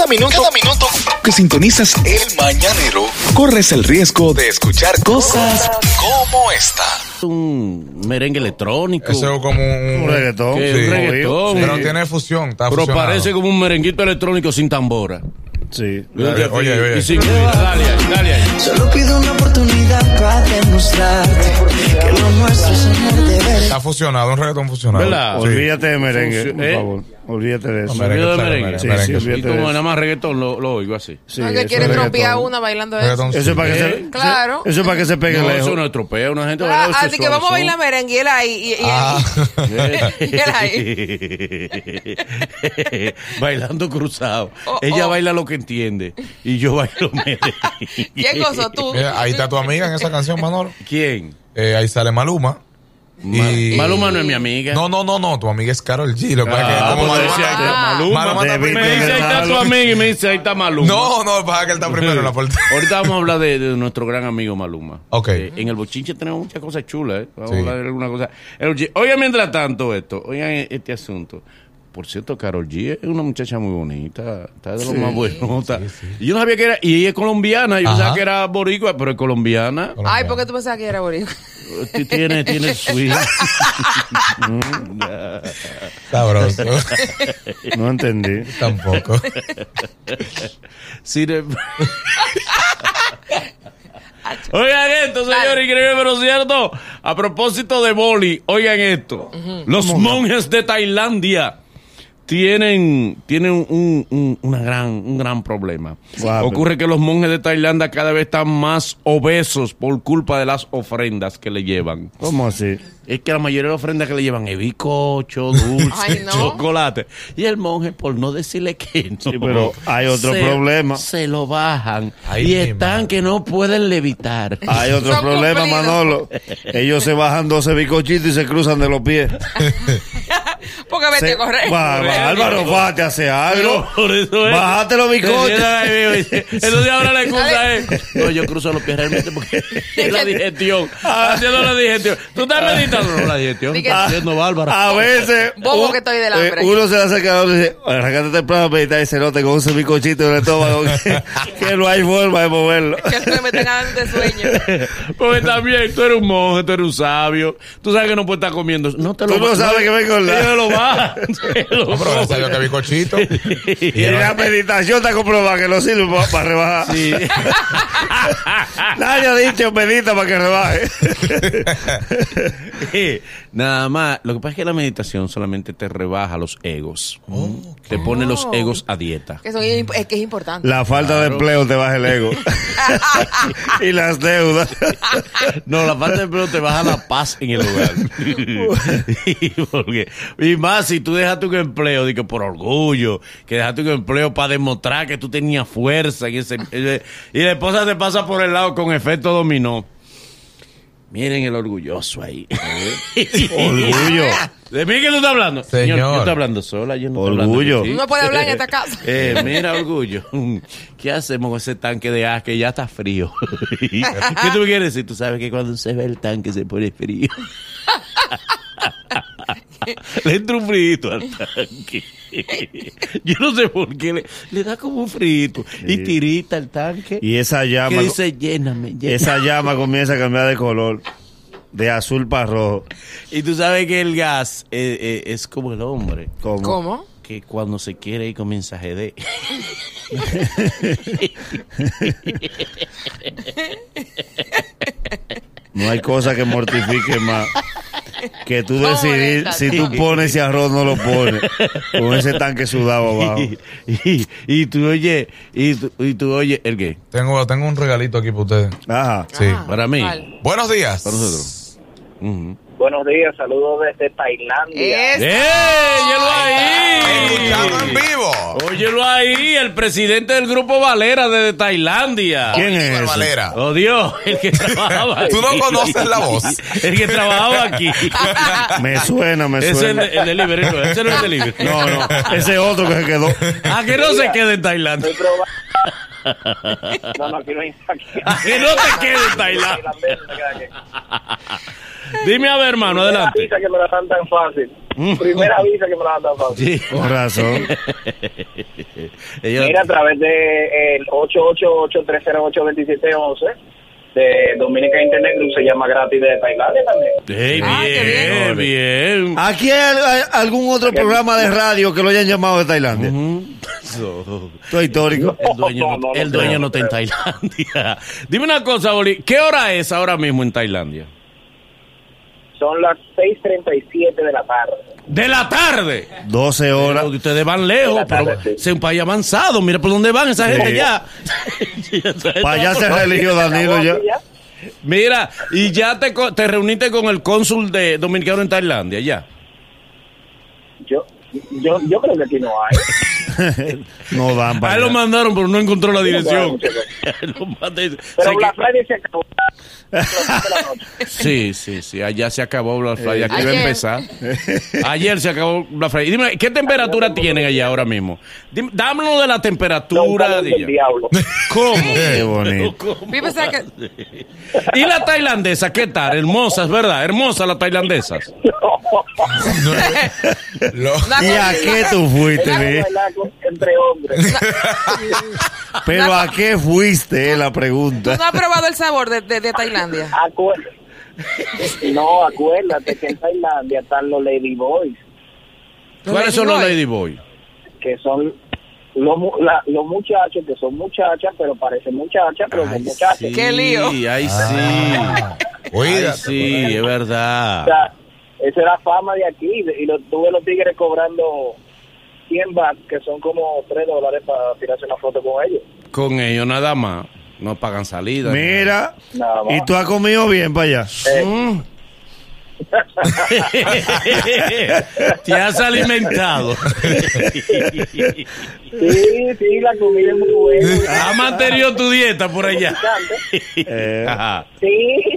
Cada minuto que sintonizas el mañanero, corres el riesgo de escuchar cosas como esta. Un merengue electrónico. Eso es como un reggaetón. Sí, un reggaetón. Pero tiene fusión, está Pero fusionado. parece como un merenguito electrónico sin tambora. Sí. Oye. Y sin dale ahí. Solo pido una oportunidad para demostrarte que lo nuestro es el deber. Está fusionado, un reggaetón fusionado. ¿Verdad? Sí. Olvídate de merengue, por ¿Eh? favor. Olvídate de eso. No, merengue, Olvídate de claro, merengue. Sí, merengue. sí, Y olvídate de como eso. nada más reggaetón lo oigo así. Sí, No, que eso quiere es trompear a reggaetón. una bailando eso. Reggaetón, Eso es para que ¿Eh? se... Claro. Eso es para que se pegue No, lejos. eso no es tropeo, una gente Así que vamos a bailar merengue y él ahí. Y él ahí. Bailando cruzado. Oh, Ella oh. baila lo que entiende y yo bailo merengue. ¿Quién gozó tú? Mira, ahí está tu amiga en esa canción, Manolo. ¿Quién? Ahí sale Maluma. Y... Maluma no es mi amiga. No, tu amiga es Karol G. Lo que pasa es que como pues Maluma, decía que Maluma está Debí primero. Me dice ahí está tu amiga y me dice ahí está Maluma. No, pasa que él está primero en la puerta. Ahorita vamos a hablar de nuestro gran amigo Maluma. Ok. En el bochinche tenemos muchas cosas chulas, ¿eh? Vamos Sí. a hablar de alguna cosa. Oigan, mientras tanto esto, oigan este asunto. Por cierto, Karol G es una muchacha muy bonita, está de lo más buenota. Y yo no sabía que era, y ella es colombiana, yo Ajá. pensaba que era boricua, pero es colombiana. Ay, ¿por qué tú pensabas que era boricua? Tiene el swing. Sabroso. No entendí. Tampoco. Sin em- Oigan esto, señor, increíble pero cierto. A propósito de boli, oigan esto. Los monjes de Tailandia tienen un gran problema. Wow. Ocurre que los monjes de Tailandia cada vez están más obesos por culpa de las ofrendas que le llevan. ¿Cómo así? Es que la mayoría de las ofrendas que le llevan es bizcocho, dulce, Ay, no. chocolate. Y el monje, por no decirle que no. Sí, pero hay otro problema. Se lo bajan. Ay, y mi están madre. que no pueden levitar. Hay otro Son problema, cumplidos. Manolo. Ellos se bajan 12 bizcochitos y se cruzan de los pies. Porque vete a correr. Álvaro, bájate, hace algo. Por eso es. Bájate los bizcochos. Entonces ahora la excusa es, no, yo cruzo los pies realmente porque es la digestión. Haciendo la digestión. ¿Tú estás meditando? No, la digestión. Di que- Está haciendo bárbara. A veces Bobo que estoy del hambre. uno se le acerca a uno y dice, arrancate temprano a meditar y se nota con ese bizcochito en el estómago que no hay forma de moverlo. Que me tengan de sueño. Porque también tú eres un monje, tú eres un sabio. Tú sabes que no puedes estar comiendo. No te lo Tú no sabes que vengo en la... Ellos lo bajan. No, pero gracias a Dios que vi cochito. Y la meditación está comprobada que no sirve para rebajar. Sí. Nadie ha dicho medita para que rebaje. Nada más. Lo que pasa es que la meditación solamente te rebaja los egos. Te pone los egos a dieta. Que es que es importante. La falta de empleo te baja el ego. Y las deudas. No, la parte de empleo te baja la paz en el hogar. y más si tú dejaste un empleo, digo, por orgullo, que dejaste un empleo para demostrar que tú tenías fuerza y la esposa te pasa por el lado con efecto dominó. Miren el orgulloso ahí. Orgullo. ¿De mí que tú estás hablando? Señor. Yo estoy hablando sola, yo no estoy Orgullo. hablando. No puede hablar en esta casa. Mira, orgullo. ¿Qué hacemos con ese tanque de gas que ya está frío? ¿Qué tú me quieres decir? Tú sabes que cuando se ve el tanque se pone frío. Le entra un frito al tanque. Yo no sé por qué le da como un frito y tirita al tanque. Y esa llama, que dice, lléname. esa llama comienza a cambiar de color. De azul para rojo. Y tú sabes que el gas es como el hombre. ¿Cómo? Que cuando se quiere y comienza a jeder. No hay cosa que mortifique más que tú ¿Cómo decidir molesta? si tú pones ese arroz o no lo pones con ese tanque sudado abajo. y tú oye, y tú oye, ¿el qué? Tengo un regalito aquí para ustedes. Ajá. Sí. Para mí. ¿Cuál? Buenos días. Para nosotros. Ujú. Buenos días, saludos desde Tailandia. ¡Óyelo ahí! Escuchando en vivo. Óyelo ahí, el presidente del grupo Valera de Tailandia. ¿Quién es Oliver ese? Valera. Oh Dios, el que trabajaba aquí. Tú no conoces la voz. El que trabajaba aquí. Me suena, me Ese es suena. el delivery, no, ese no es el delivery. No, no, ese otro que se quedó. A que no se quede en Tailandia. Estoy probando. No, aquí no hay. Aquí. A que no te quede en Tailandia. Tailandés, no te queda aquí. Dime a ver, hermano, adelante. Visa que me la dan tan fácil. Primera visa que me la dan tan fácil. Sí. Con razón. Mira, a través de el 888-308-2711 de Dominica Internet Group, se llama gratis de Tailandia también. Hey, qué bien. ¿Aquí hay algún otro programa de radio que lo hayan llamado de Tailandia? Esto es histórico. El dueño no está en Tailandia. Dime una cosa, Boli, ¿qué hora es ahora mismo en Tailandia? Son las 6:37 de la tarde. ¡De la tarde! 12 horas. Pero ustedes van lejos, De la tarde, pero sí. es un país avanzado. Mira por dónde van esa gente ya. Para allá se religió Danilo ya. Mira, y ya te reuniste con el cónsul de dominicano en Tailandia, ya. Yo creo que aquí no hay. No dan para A él lo allá. mandaron, pero no encontró la dirección. muchas Pero Sé Black que- Friday se acabó. A las 7 de la noche. Sí, allá se acabó Black Friday, aquí va a Ayer. empezar. Ayer se acabó Black Friday. Dime, ¿qué temperatura tienen allá ahora mismo? Dámonos de la No, temperatura un de del allá. diablo. ¿Cómo? Qué bonito. ¿Cómo? Vive cerca- ¿Y la tailandesa qué tal? Hermosas, ¿verdad? Hermosas las tailandesas. ¿Y a qué tú fuiste, Era mi? bailar entre hombres. Pero ¿a qué fuiste? Es la ¿Tú pregunta. no has probado el sabor de Tailandia? No, acuérdate que en Tailandia están los ladyboys, ¿Cuáles son los ladyboys? que son los muchachos que son muchachas, pero parecen muchachas, pero son muchachos. Sí, ¡Qué lío! Ay, sí. Ay, Cuídate. sí, es O verdad. sea, esa era fama de aquí, y tuve los tigres cobrando 100 bahts, que son como $3 para tirarse una foto con ellos. Con ellos nada más. No pagan salida. Mira, Nada más. ¿y tú has comido bien para allá? Mm. Te has alimentado. Sí, la comida es muy buena. ¿Ha mantenido tu dieta por allá? Ajá. Sí.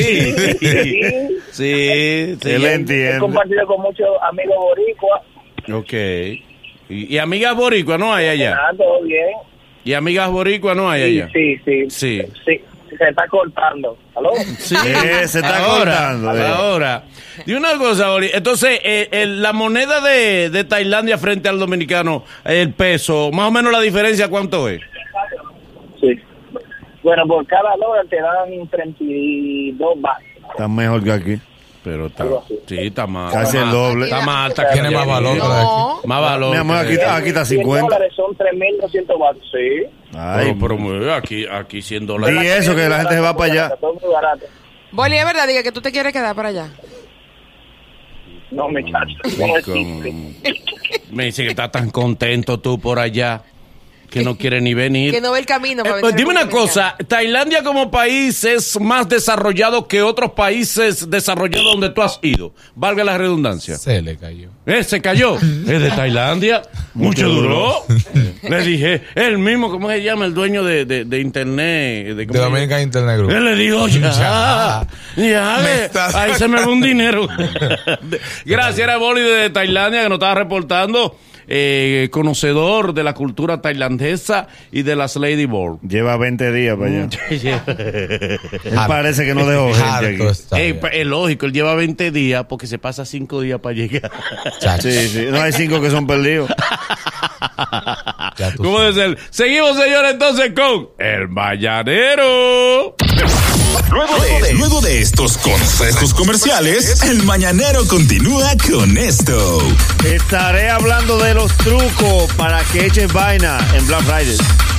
Sí. Él He entiende. compartido con muchos amigos boricuas. Ok. ¿Y amigas boricuas no hay allá? Todo bien. ¿Y amigas boricuas no hay allá? Sí. Sí. Se está cortando. ¿Aló? Sí, Se está cortando, Ahora, dime una cosa, Boli. Entonces, la moneda de Tailandia frente al dominicano, el peso, más o menos la diferencia, ¿cuánto es? Sí. Bueno, por cada dólar te dan 32 bahts. Está mejor que aquí. Pero está, Algo así. sí, está más. Casi el doble. Está más alta. Tiene más valor. No. Más valor. Mi amor, aquí está 50. $100 son 3.200 bahts. Sí. Ay, Pero aquí $100. Y eso, que la gente se va para allá. Todo muy barato. Boli, es verdad, diga que tú te quieres quedar para allá. No, muchachos. No existe. Me dice que estás tan contento tú por allá que no quiere ni venir. Que no ve el camino para Pues venir dime a una República cosa, ¿Tailandia como país es más desarrollado que otros países desarrollados donde tú has ido? Valga la redundancia. Se le cayó. Se cayó. Es de Tailandia. Mucho duró. Le dije, él mismo, ¿cómo se llama? El dueño de internet. De Dominica Internet Group. Él le dijo, ya, Me estás- ahí se me va un dinero. Gracias, era Boli de Tailandia que nos estaba reportando. Conocedor de la cultura tailandesa y de las ladyboard. lleva 20 días para allá. Él parece que no dejó gente aquí. Harto está ya. Es lógico, él lleva 20 días porque se pasa 5 días para llegar. Chacho. Sí. No hay 5 que son perdidos. Ya tú ¿Cómo sabes. es él? Seguimos, señores, entonces con El Mañanero. Luego de estos consejos comerciales, el mañanero continúa con esto. Estaré hablando de los trucos para que eches vaina en Black Friday.